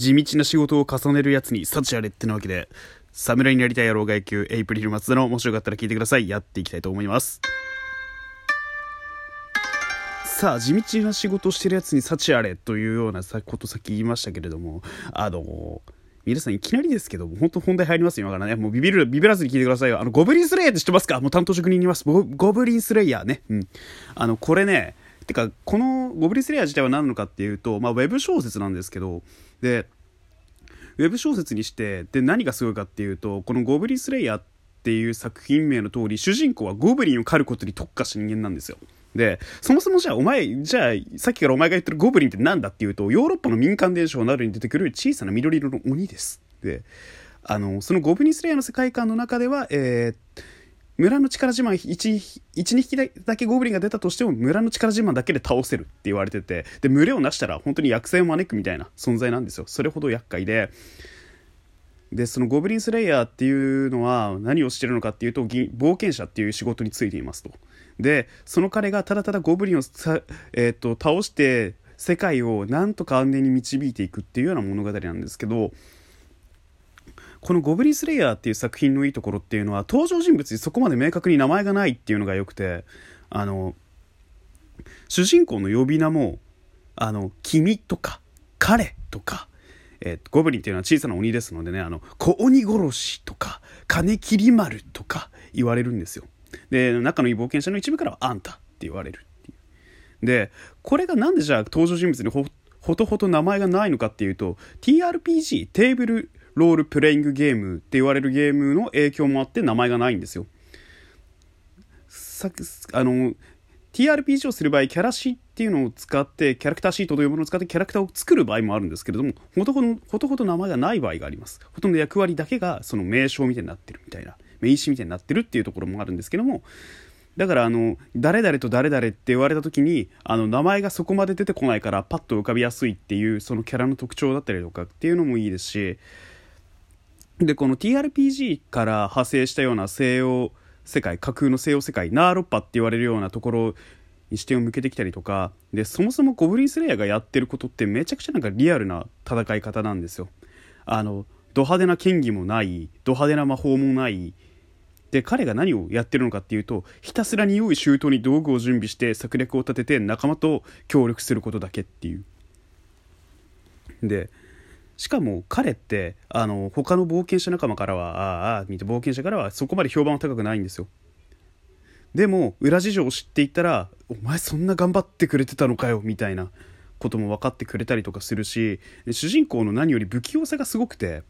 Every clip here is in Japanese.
地道な仕事を重ねるやつに幸あれってなわけで、侍になりたい野郎が野球エイプリル松田の面白かったら聞いてください。やっていきたいと思います。さあ、地道な仕事をしてるやつに幸あれというようなことさっき言いましたけれども、皆さんいきなりですけども、本当本題入りますよ、今からね。もうビビらずに聞いてくださいよ。ゴブリンスレイヤーって知ってますか？もう担当職人に言います。ゴブリンスレイヤーね。これね、てか、このゴブリンスレイヤー自体は何なのかっていうと、ウェブ小説なんですけど、で、ウェブ小説にして、で、何がすごいかっていうと、このゴブリンスレイヤーっていう作品名の通り、主人公はゴブリンを狩ることに特化した人間なんですよ。で、そもそもじゃあさっきからお前が言ってるゴブリンってなんだっていうと、ヨーロッパの民間伝承などに出てくる小さな緑色の鬼です。で、そのゴブリンスレイヤーの世界観の中では、村の力自慢1、2匹だけゴブリンが出たとしても村の力自慢だけで倒せるって言われてて、で、群れをなしたら本当に厄災を招くみたいな存在なんですよ。それほど厄介で、そのゴブリンスレイヤーっていうのは何をしてるのかっていうと、冒険者っていう仕事に就いていますと。で、その彼がただただゴブリンを倒して世界をなんとか安全に導いていくっていうような物語なんですけど、このゴブリンスレイヤーっていう作品のいいところっていうのは、登場人物にそこまで明確に名前がないっていうのが良くて、主人公の呼び名も君とか彼とか、ゴブリンっていうのは小さな鬼ですのでね、小鬼殺しとか金切り丸とか言われるんですよ。で、仲のいい冒険者の一部からはあんたって言われるっていう。で、これがなんでじゃあ登場人物にほとほと名前がないのかっていうと、 TRPG テーブルロールプレイングゲームって言われるゲームの影響もあって名前がないんですよ。TRPG をする場合、キャラシっていうのを使って、キャラクターシートというものを使ってキャラクターを作る場合もあるんですけれども、ほとほと名前がない場合があります。ほとんど役割だけがその名称みたいになってるみたいな、名詞みたいになってるっていうところもあるんですけども、だから誰々と誰々って言われた時に名前がそこまで出てこないからパッと浮かびやすいっていう、そのキャラの特徴だったりとかっていうのもいいですし、で、この TRPG から派生したような西洋世界、架空の西洋世界、ナーロッパって言われるようなところに視点を向けてきたりとかで、そもそもゴブリンスレイヤーがやってることってめちゃくちゃなんかリアルな戦い方なんですよ。ド派手な剣技もない、ド派手な魔法もない。で、彼が何をやってるのかっていうと、ひたすらに用意周到に道具を準備して策略を立てて仲間と協力することだけっていう。で、しかも彼って他の冒険者仲間からは冒険者からはそこまで評判は高くないんですよ。でも裏事情を知っていったら、お前そんな頑張ってくれてたのかよみたいなことも分かってくれたりとかするし、主人公の何より不器用さがすごくて、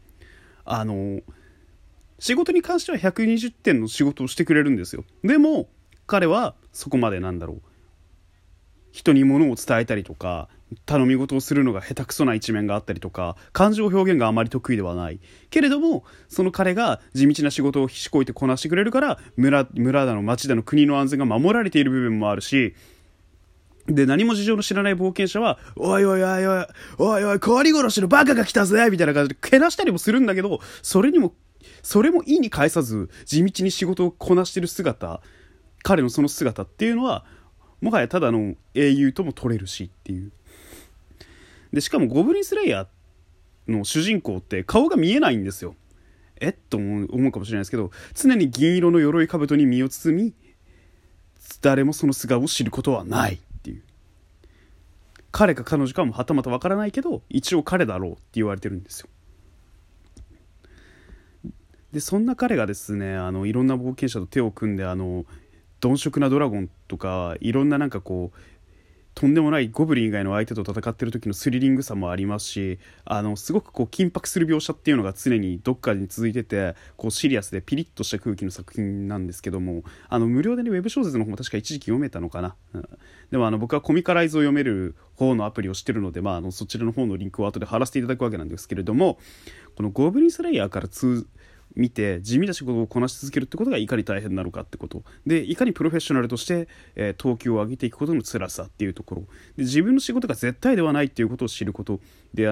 仕事に関しては120点の仕事をしてくれるんですよ。でも彼はそこまで人に物を伝えたりとか頼み事をするのが下手くそな一面があったりとか、感情表現があまり得意ではないけれども、その彼が地道な仕事をひしこいてこなしてくれるから、村だの町だの国の安全が守られている部分もあるし、で、何も事情の知らない冒険者はおいおいおいおいおいおい小鬼殺しのバカが来たぜみたいな感じでけなしたりもするんだけど、それも意に介さず地道に仕事をこなしている姿、彼のその姿っていうのはもはやただの英雄とも取れるしっていう。で、しかもゴブリンスレイヤーの主人公って顔が見えないんですよ。と思うかもしれないですけど、常に銀色の鎧兜に身を包み、誰もその素顔を知ることはないっていう。彼か彼女かもはたまたわからないけど、一応彼だろうって言われてるんですよ。で、そんな彼がですね、いろんな冒険者と手を組んで鈍色なドラゴンとか、いろんなとんでもないゴブリン以外の相手と戦ってる時のスリリングさもありますし、すごく緊迫する描写っていうのが常にどっかに続いてて、シリアスでピリッとした空気の作品なんですけども、無料でね、ウェブ小説の方も確か一時期読めたのかな、でも僕はコミカライズを読める方のアプリを知ってるので、そちらの方のリンクを後で貼らせていただくわけなんですけれども、このゴブリンスレイヤーから見て地味な仕事をこなし続けるってことがいかに大変なのかってことで、いかにプロフェッショナルとして、等級を上げていくことの辛さっていうところで、自分の仕事が絶対ではないっていうことを知ることで、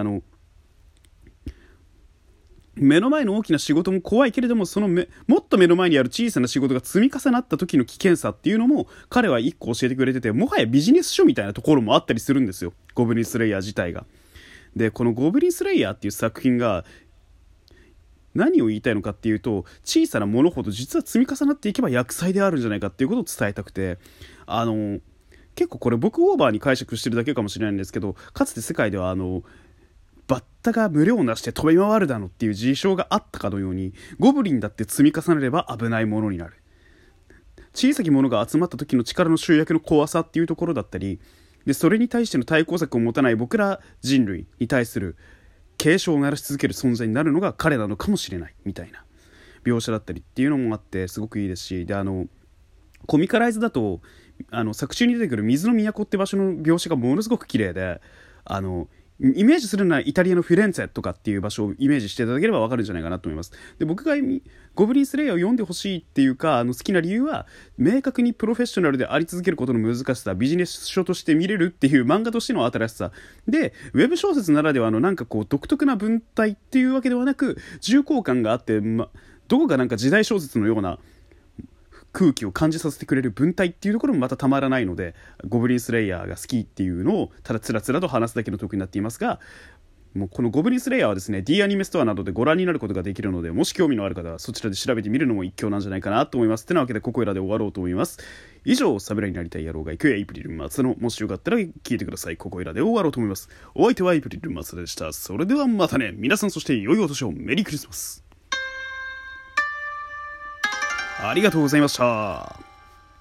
目の前の大きな仕事も怖いけれども、もっと目の前にある小さな仕事が積み重なった時の危険さっていうのも彼は一個教えてくれてて、もはやビジネス書みたいなところもあったりするんですよ、ゴブリンスレイヤー自体が。 でこのゴブリンスレイヤーっていう作品が何を言いたいのかっていうと、小さなものほど実は積み重なっていけば薬剤であるんじゃないかっていうことを伝えたくて、結構これ僕オーバーに解釈してるだけかもしれないんですけど、かつて世界ではバッタが群れをなして飛び回るだのっていう事象があったかのように、ゴブリンだって積み重ねれば危ないものになる。小さきものが集まった時の力の集約の怖さっていうところだったりで、それに対しての対抗策を持たない僕ら人類に対する警鐘を鳴らし続ける存在になるのが彼なのかもしれないみたいな描写だったりっていうのもあってすごくいいですし、でコミカライズだと作中に出てくる水の都って場所の描写がものすごく綺麗で、イメージするのはイタリアのフィレンツェとかっていう場所をイメージしていただければ分かるんじゃないかなと思います。で、僕がゴブリンスレイヤーを読んでほしいっていうか好きな理由は、明確にプロフェッショナルであり続けることの難しさ、ビジネス書として見れるっていう漫画としての新しさで、ウェブ小説ならではのなんかこう独特な文体っていうわけではなく、重厚感があって、どこかなんか時代小説のような空気を感じさせてくれる文体っていうところもまたたまらないので、ゴブリンスレイヤーが好きっていうのをただつらつらと話すだけのトークになっていますが、もうこのゴブリンスレイヤーはですね D アニメストアなどでご覧になることができるので、もし興味のある方はそちらで調べてみるのも一興なんじゃないかなと思います。てなわけでここいらで終わろうと思います。以上、サムライになりたい野郎が行くやエイプリル松野、もしよかったら聞いてください。ここいらで終わろうと思います。お相手はエイプリル松野でした。それではまたね。皆さん、そして良いお年を。メリークリスマス。ありがとうございました。